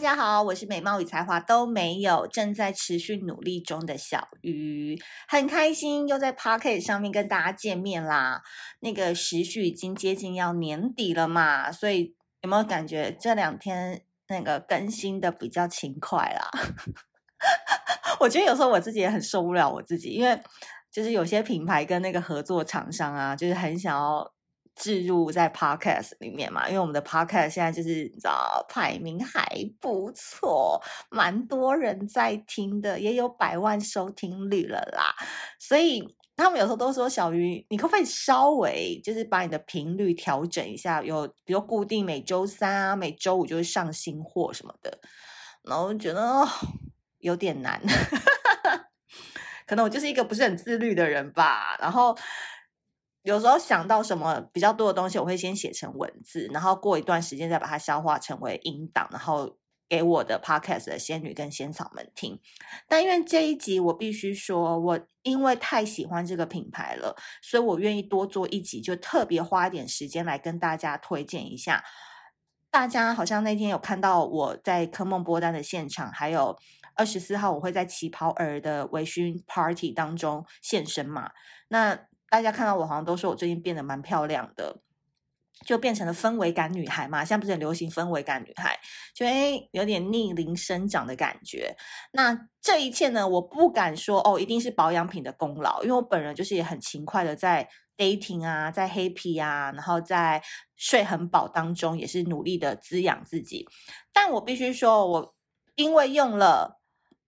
家好，我是美貌与才华都没有，正在持续努力中的小鱼，很开心又在 Podcast 上面跟大家见面啦。那个时序已经接近要年底了嘛，所以有没有感觉这2天那个更新的比较勤快啦？我觉得有时候我自己也很受不了我自己，因为就是有些品牌跟那个合作厂商啊，就是很想要置入在 podcast 里面嘛，因为我们的 podcast 现在就是你知道排名还不错，蛮多人在听的，也有100万收听率了啦。所以他们有时候都说小鱼，你可不可以稍微就是把你的频率调整一下，有比如固定每周3啊、每周5就是上新货什么的。然后我觉得有点难。可能我就是一个不是很自律的人吧，然后有时候想到什么比较多的东西，我会先写成文字，然后过一段时间再把它消化成为音档，然后给我的 podcast 的仙女跟仙草们听。但因为这一集我必须说，我因为太喜欢这个品牌了，所以我愿意多做一集，就特别花一点时间来跟大家推荐一下。大家好像那天有看到我在科梦波丹的现场，还有24号我会在旗袍儿的微醺 party 当中现身嘛。那大家看到我好像都说我最近变得蛮漂亮的，就变成了氛围感女孩嘛，现在不是很流行氛围感女孩，就有点逆龄生长的感觉。那这一切呢，我不敢说一定是保养品的功劳，因为我本人就是也很勤快的在 dating 啊，在 happy 啊，然后在睡很饱当中也是努力的滋养自己。但我必须说，我因为用了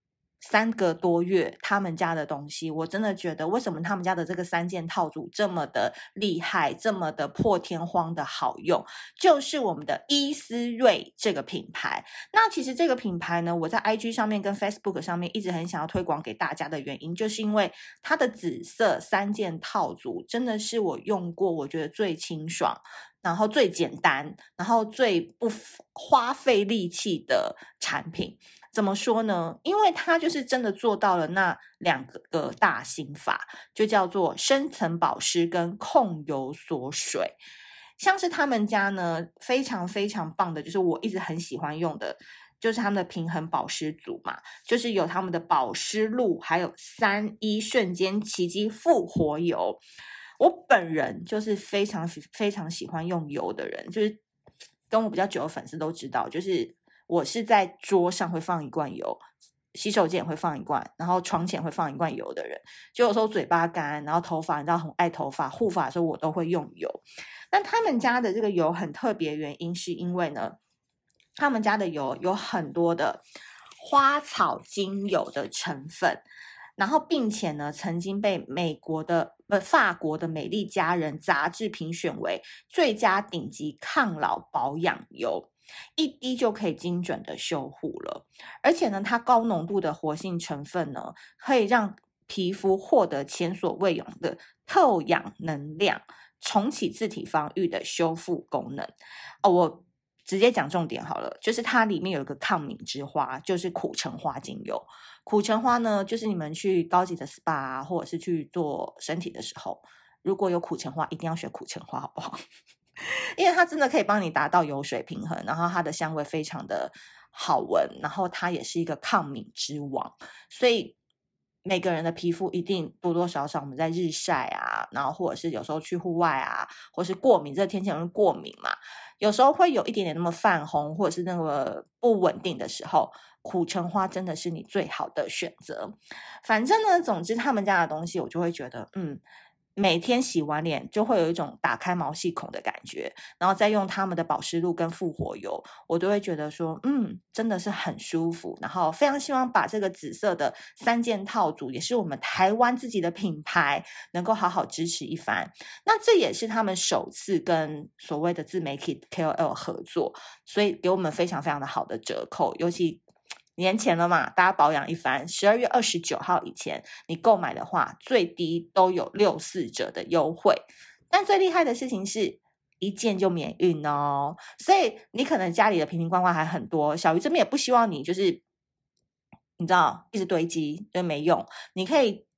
3个多月他们家的东西，我真的觉得为什么他们家的这个3件套组这么的厉害，这么的破天荒的好用，就是我们的伊丝瑞这个品牌。那其实这个品牌呢，我在 IG 上面跟 Facebook 上面一直很想要推广给大家的原因，就是因为它的紫色3件套组真的是我用过我觉得最清爽，然后最简单，然后最不花费力气的产品。怎么说呢？因为它就是真的做到了那2个大心法，就叫做深层保湿跟控油锁水。像是他们家呢，非常非常棒的，就是我一直很喜欢用的，就是他们的平衡保湿组嘛，就是有他们的保湿露，还有3E瞬间奇迹复活油。我本人就是非常非常喜欢用油的人，就是跟我比较久的粉丝都知道，就是我是在桌上会放一罐油，洗手间也会放一罐，然后床前会放一罐油的人。就有时候嘴巴干，然后头发你知道很爱头发，护发的时候我都会用油。但他们家的这个油很特别，原因是因为呢，他们家的油有很多的花草精油的成分，然后并且呢，曾经被法国的美丽佳人杂志评选为最佳顶级抗老保养油，一滴就可以精准的修护了。而且呢，它高浓度的活性成分呢，可以让皮肤获得前所未有的透氧能量，重启自体防御的修复功能。我直接讲重点好了，就是它里面有一个抗敏之花，就是苦橙花精油。苦橙花呢，就是你们去高级的 SPA 啊，或者是去做身体的时候，如果有苦橙花，一定要选苦橙花，好不好？因为它真的可以帮你达到油水平衡，然后它的香味非常的好闻，然后它也是一个抗敏之王，所以每个人的皮肤一定多多少少我们在日晒啊，然后或者是有时候去户外啊，或是过敏，这个天气容易过敏嘛，有时候会有一点点那么泛红，或者是那个不稳定的时候，苦橙花真的是你最好的选择。反正呢，总之他们家的东西我就会觉得每天洗完脸就会有一种打开毛细孔的感觉，然后再用他们的保湿露跟复活油，我都会觉得说真的是很舒服。然后非常希望把这个紫色的3件套组，也是我们台湾自己的品牌，能够好好支持一番。那这也是他们首次跟所谓的自媒体 KOL 合作，所以给我们非常非常的好的折扣，尤其年前了嘛，大家保养一番，12月29号以前你购买的话，最低都有64折的优惠。但最厉害的事情是1件就免运哦，所以你可能家里的瓶瓶罐罐还很多，小鱼这边也不希望你就是你知道一直堆积就没用，你可以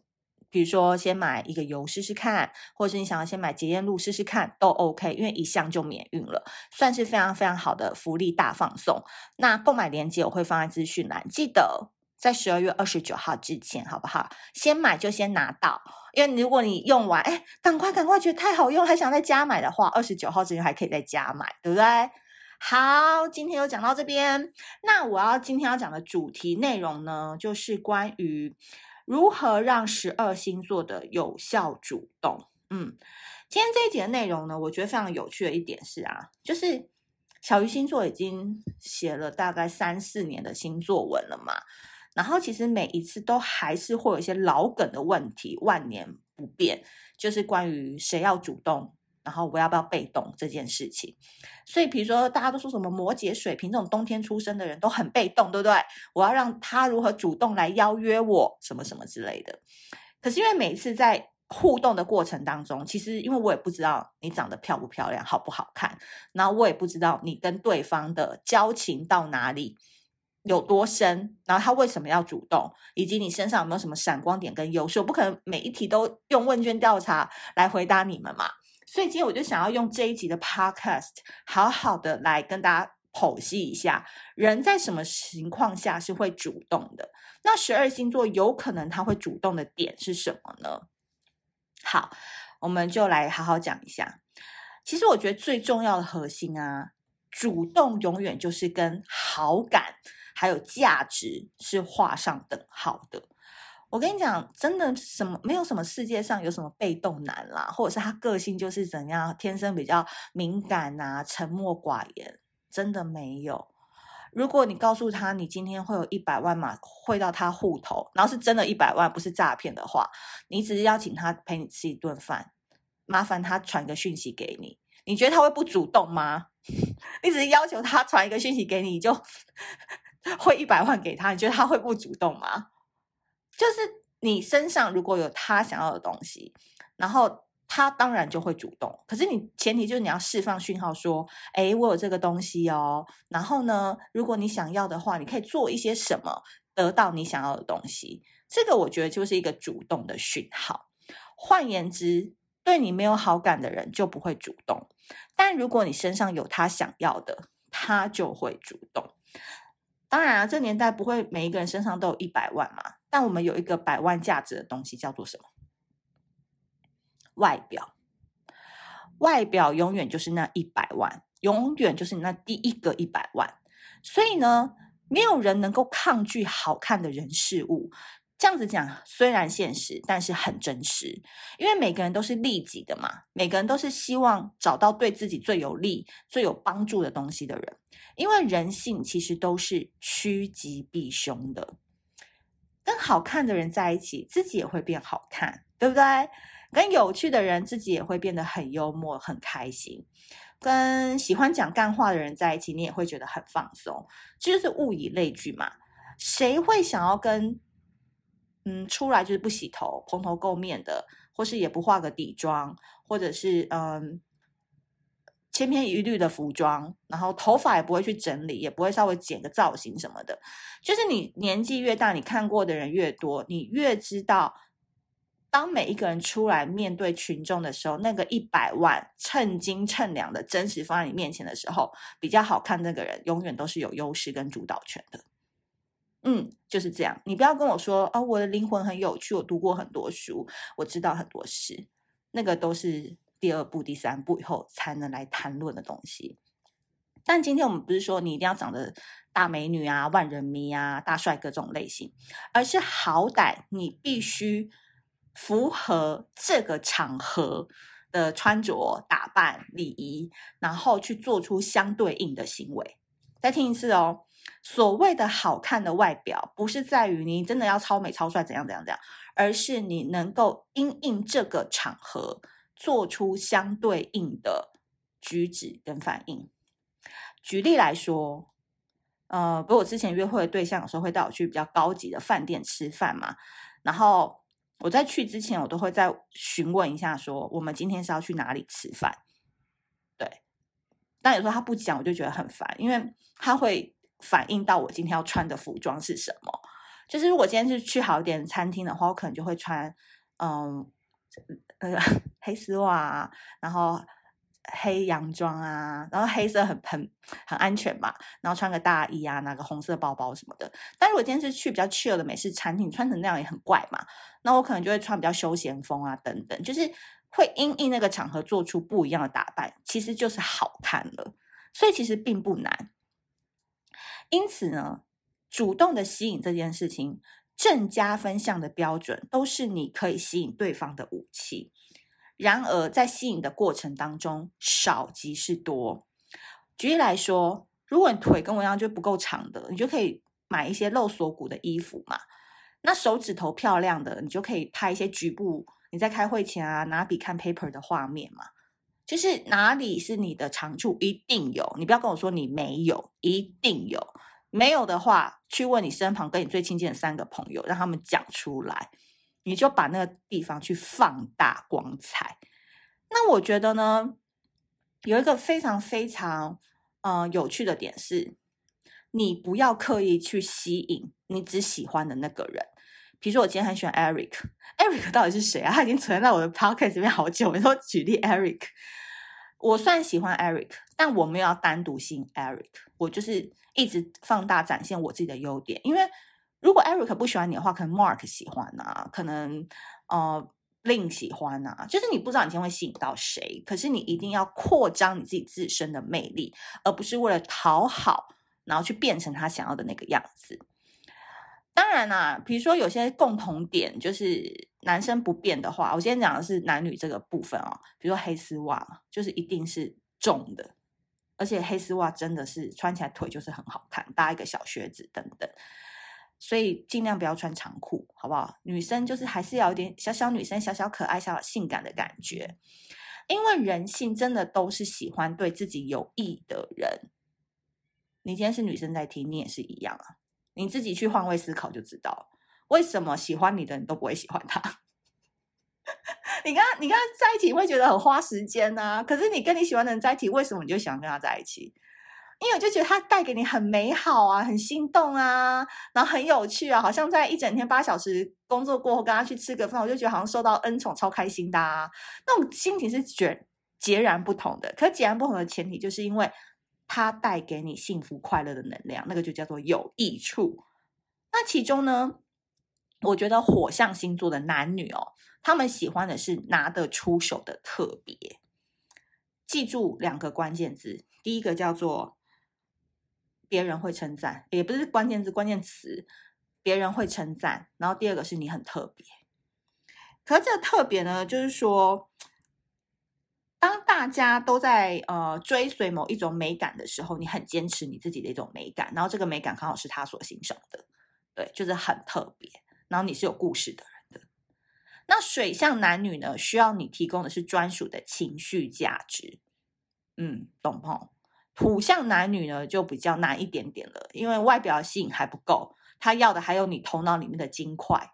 比如说先买一个油试试看，或者是你想要先买洁颜露试试看都 OK， 因为一项就免运了，算是非常非常好的福利大放送。那购买链接我会放在资讯栏，记得在12月29号之前好不好？先买就先拿到，因为如果你用完赶快觉得太好用还想再加买的话，29号之前还可以再加买，对不对？好，今天就讲到这边。那今天要讲的主题内容呢，就是关于如何让12星座的有效主动。今天这一节的内容呢，我觉得非常有趣的一点是就是小鱼星座已经写了大概3-4年的星座文了嘛，然后其实每一次都还是会有一些老梗的问题，万年不变，就是关于谁要主动，然后我要不要被动这件事情。所以比如说大家都说什么摩羯水瓶这种冬天出生的人都很被动，对不对？我要让他如何主动来邀约我什么什么之类的。可是因为每一次在互动的过程当中，其实因为我也不知道你长得漂不漂亮好不好看，然后我也不知道你跟对方的交情到哪里有多深，然后他为什么要主动，以及你身上有没有什么闪光点跟优势，我不可能每一题都用问卷调查来回答你们嘛。所以今天我就想要用这一集的 podcast 好好的来跟大家剖析一下，人在什么情况下是会主动的，那12星座有可能他会主动的点是什么呢？好，我们就来好好讲一下。其实我觉得最重要的核心主动永远就是跟好感还有价值是画上等号的。我跟你讲，真的没有什么世界上有什么被动男啦，或者是他个性就是怎样，天生比较敏感沉默寡言，真的没有。如果你告诉他你今天会有100万嘛汇到他户头，然后是真的100万不是诈骗的话，你只是邀请他陪你吃一顿饭，麻烦他传个讯息给你，你觉得他会不主动吗？你只是要求他传一个讯息给你就汇100万给他，你觉得他会不主动吗？就是你身上如果有他想要的东西，然后他当然就会主动，可是你前提就是你要释放讯号说，我有这个东西哦，然后呢，如果你想要的话，你可以做一些什么得到你想要的东西，这个我觉得就是一个主动的讯号。换言之，对你没有好感的人就不会主动，但如果你身上有他想要的，他就会主动。当然这年代不会每一个人身上都有100万嘛，但我们有一个100万价值的东西叫做什么？外表。外表永远就是那100万，永远就是那第一个100万。所以呢，没有人能够抗拒好看的人事物。这样子讲虽然现实，但是很真实，因为每个人都是利己的嘛，每个人都是希望找到对自己最有利最有帮助的东西的人，因为人性其实都是趋吉避凶的。跟好看的人在一起，自己也会变好看，对不对？跟有趣的人，自己也会变得很幽默很开心。跟喜欢讲干话的人在一起，你也会觉得很放松，这就是物以类聚嘛。谁会想要跟出来就是不洗头蓬头垢面的，或是也不化个底妆，或者是千篇一律的服装，然后头发也不会去整理，也不会稍微剪个造型什么的。就是你年纪越大，你看过的人越多，你越知道当每一个人出来面对群众的时候，那个100万称斤称两的真实放在你面前的时候，比较好看那个人永远都是有优势跟主导权的。就是这样。你不要跟我说我的灵魂很有趣，我读过很多书，我知道很多事，那个都是第2步第3步以后才能来谈论的东西。但今天我们不是说你一定要长得大美女万人迷大帅哥这种类型，而是好歹你必须符合这个场合的穿着打扮礼仪，然后去做出相对应的行为。再听一次哦，所谓的好看的外表不是在于你真的要超美超帅怎样怎样怎样，而是你能够因应这个场合做出相对应的举止跟反应。举例来说比如我之前约会的对象有时候会带我去比较高级的饭店吃饭嘛，然后我在去之前我都会再询问一下说我们今天是要去哪里吃饭。对，但有时候他不讲我就觉得很烦，因为他会反映到我今天要穿的服装是什么。就是如果今天是去好一点的餐厅的话，我可能就会穿黑丝袜啊，然后黑洋装啊，然后黑色很安全嘛，然后穿个大衣啊，拿个红色包包什么的。但如果今天是去比较 chill 的美式餐厅，穿成那样也很怪嘛，那我可能就会穿比较休闲风啊等等，就是会因应那个场合做出不一样的打扮，其实就是好看了，所以其实并不难。因此呢，主动的吸引这件事情，正加分项的标准都是你可以吸引对方的武器。然而在吸引的过程当中，少即是多。举例来说，如果你腿跟我一样就不够长的，你就可以买一些露锁骨的衣服嘛。那手指头漂亮的，你就可以拍一些局部你在开会前啊拿笔看 paper 的画面嘛。就是哪里是你的长处，一定有，你不要跟我说你没有，一定有。没有的话，去问你身旁跟你最亲近的3个朋友，让他们讲出来，你就把那个地方去放大光彩。那我觉得呢，有一个非常非常有趣的点是，你不要刻意去吸引你只喜欢的那个人。比如说我今天很喜欢 Eric 到底是谁啊？他已经存在我的 podcast 里面好久，我都举例 Eric。我虽然喜欢 Eric， 但我没有要单独吸引 Eric， 我就是一直放大展现我自己的优点。因为如果 Eric 不喜欢你的话，可能 Mark 喜欢啊，可能Lin 喜欢啊，就是你不知道你今天会吸引到谁，可是你一定要扩张你自己自身的魅力，而不是为了讨好，然后去变成他想要的那个样子。当然啦，比如说有些共同点就是男生不变的话，我今天讲的是男女这个部分哦，比如说黑丝袜嘛，就是一定是重的，而且黑丝袜真的是穿起来腿就是很好看，搭一个小靴子等等，所以尽量不要穿长裤，好不好？女生就是还是要有点小小女生、小小可爱、小小性感的感觉，因为人性真的都是喜欢对自己有益的人。你今天是女生在听，你也是一样啊。你自己去换位思考就知道，为什么喜欢你的人都不会喜欢他。你跟他在一起会觉得很花时间啊，可是你跟你喜欢的人在一起，为什么你就想跟他在一起？因为我就觉得他带给你很美好啊，很心动啊，然后很有趣啊，好像在一整天8小时工作过后跟他去吃个饭，我就觉得好像受到恩宠，超开心的啊，那种心情是截然不同的。可截然不同的前提就是因为它带给你幸福快乐的能量，那个就叫做有益处。那其中呢，我觉得火象星座的男女哦，他们喜欢的是拿得出手的特别。记住2个关键字，第一个叫做别人会称赞，也不是关键字，关键词，别人会称赞。然后第2个是你很特别。可是这个特别呢，就是说当大家都在追随某一种美感的时候，你很坚持你自己的一种美感，然后这个美感刚好是他所欣赏的，对，就是很特别，然后你是有故事的人的。那水象男女呢，需要你提供的是专属的情绪价值，懂齁？土象男女呢就比较难一点点了，因为外表的吸引还不够，他要的还有你头脑里面的金块。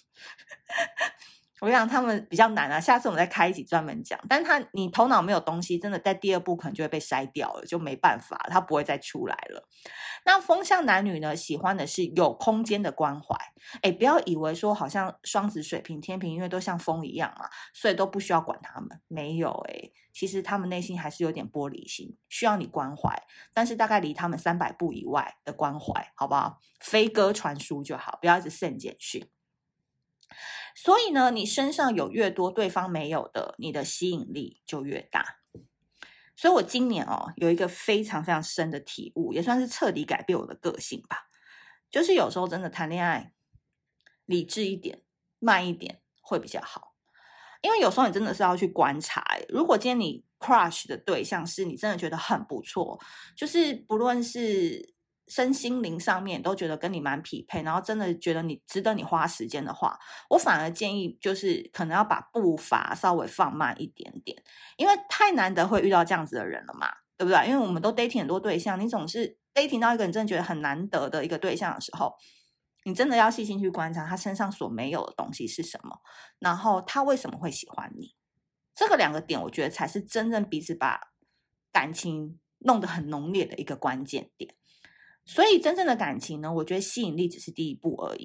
我想他们比较难啊，下次我们再开一集专门讲。但是你头脑没有东西，真的在第2步可能就会被筛掉了，就没办法，他不会再出来了。那风象男女呢，喜欢的是有空间的关怀。不要以为说好像双子、水瓶、天秤因为都像风一样嘛，所以都不需要管他们。没有其实他们内心还是有点玻璃心，需要你关怀，但是大概离他们300步以外的关怀，好不好？飞鸽传书就好，不要一直send简讯。所以呢，你身上有越多对方没有的，你的吸引力就越大。所以我今年有一个非常非常深的体悟，也算是彻底改变我的个性吧。就是有时候真的谈恋爱，理智一点，慢一点会比较好。因为有时候你真的是要去观察，如果今天你 crush 的对象是你真的觉得很不错，就是不论是身心灵上面都觉得跟你蛮匹配，然后真的觉得你值得你花时间的话，我反而建议就是可能要把步伐稍微放慢一点点，因为太难得会遇到这样子的人了嘛，对不对？因为我们都 dating 很多对象，你总是 dating 到一个你真的觉得很难得的一个对象的时候，你真的要细心去观察他身上所没有的东西是什么，然后他为什么会喜欢你。这个2个点我觉得才是真正彼此把感情弄得很浓烈的一个关键点。所以真正的感情呢，我觉得吸引力只是第1步而已。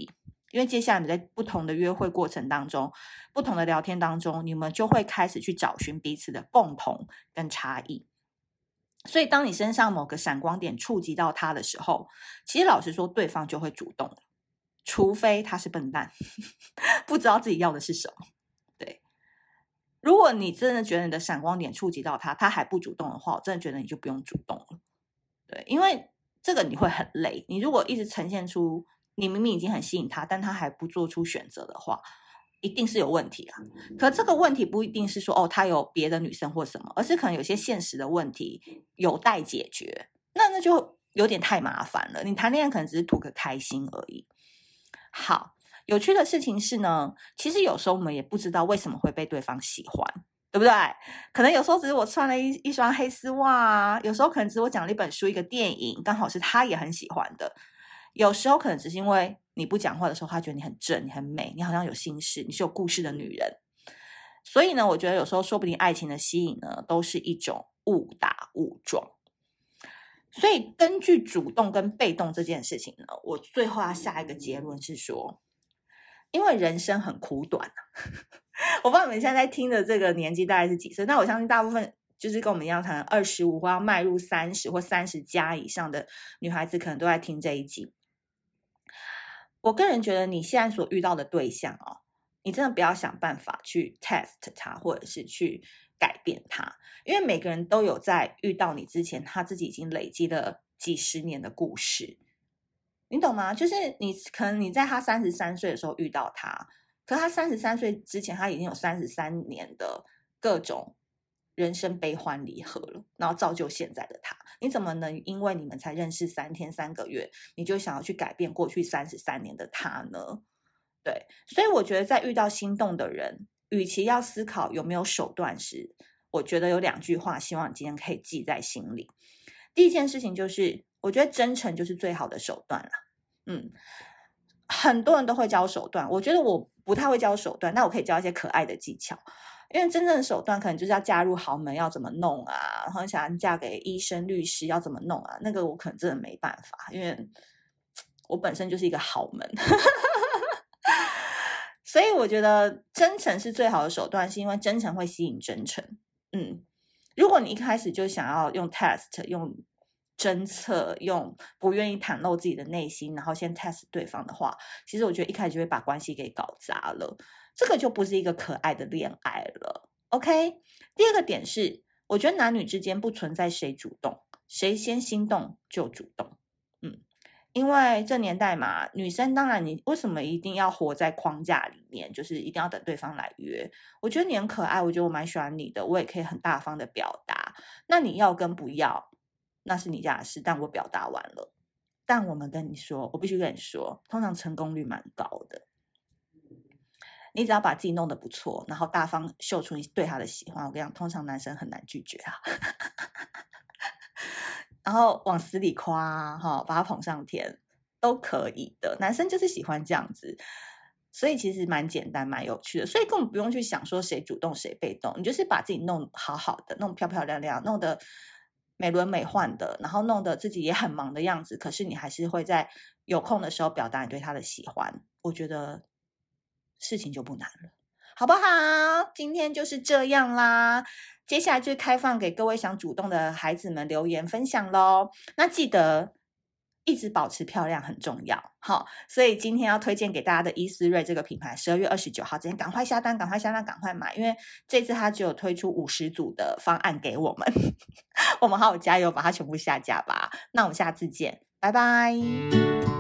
因为接下来你们在不同的约会过程当中，不同的聊天当中，你们就会开始去找寻彼此的共同跟差异。所以当你身上某个闪光点触及到他的时候，其实老实说对方就会主动了，除非他是笨蛋不知道自己要的是什么。对，如果你真的觉得你的闪光点触及到他，他还不主动的话，我真的觉得你就不用主动了。对，因为这个你会很累，你如果一直呈现出你明明已经很吸引他，但他还不做出选择的话，一定是有问题啦。可这个问题不一定是说他有别的女生或什么，而是可能有些现实的问题有待解决，那就有点太麻烦了。你谈恋爱可能只是图个开心而已。好，有趣的事情是呢，其实有时候我们也不知道为什么会被对方喜欢，对不对？可能有时候只是我穿了一双黑丝袜啊，有时候可能只是我讲了一本书一个电影，刚好是他也很喜欢的。有时候可能只是因为你不讲话的时候，他觉得你很正，你很美，你好像有心事，你是有故事的女人。所以呢，我觉得有时候说不定爱情的吸引呢，都是一种误打误撞。所以根据主动跟被动这件事情呢，我最后要下一个结论是说，因为人生很苦短我不知道你们现在在听的这个年纪大概是几岁，但我相信大部分就是跟我们一样，可能25或要迈入30或30加以上的女孩子，可能都在听这一集。我个人觉得你现在所遇到的对象你真的不要想办法去 test 他，或者是去改变他，因为每个人都有在遇到你之前，他自己已经累积了几十年的故事，你懂吗？就是可能你在他33岁的时候遇到他，可他33岁之前，他已经有33年的各种人生悲欢离合了，然后造就现在的他。你怎么能因为你们才认识3天3个月，你就想要去改变过去33年的他呢？对，所以我觉得在遇到心动的人，与其要思考有没有手段时，我觉得有2句话，希望你今天可以记在心里。第一件事情就是，我觉得真诚就是最好的手段啦。很多人都会教手段，我觉得我不太会教手段，但我可以教一些可爱的技巧。因为真正的手段可能就是要嫁入豪门要怎么弄啊，然后想嫁给医生律师要怎么弄啊，那个我可能真的没办法，因为我本身就是一个豪门所以我觉得真诚是最好的手段，是因为真诚会吸引真诚。如果你一开始就想要用 test 用侦测，用不愿意袒露自己的内心，然后先 test 对方的话，其实我觉得一开始就会把关系给搞砸了，这个就不是一个可爱的恋爱了。 OK， 第二个点是，我觉得男女之间不存在谁主动，谁先心动就主动。因为这年代嘛，女生当然你为什么一定要活在框架里面，就是一定要等对方来约。我觉得你很可爱，我觉得我蛮喜欢你的，我也可以很大方的表达，那你要跟不要那是你家的事，但我表达完了。但我必须跟你说，通常成功率蛮高的。你只要把自己弄得不错，然后大方秀出你对他的喜欢，我跟你讲，通常男生很难拒绝啊然后往死里夸把他捧上天都可以的，男生就是喜欢这样子，所以其实蛮简单蛮有趣的，所以根本不用去想说谁主动谁被动，你就是把自己弄好好的，弄漂漂亮亮，弄得美轮美奂的，然后弄得自己也很忙的样子，可是你还是会在有空的时候表达你对他的喜欢，我觉得事情就不难了，好不好？今天就是这样啦，接下来就开放给各位想主动的孩子们留言分享咯。那记得一直保持漂亮很重要，好，所以今天要推荐给大家的伊思瑞这个品牌，12月29号之前赶快下单，赶快下单，赶快买，因为这次它只有推出50组的方案给我们我们好好加油把它全部下架吧。那我们下次见，拜拜。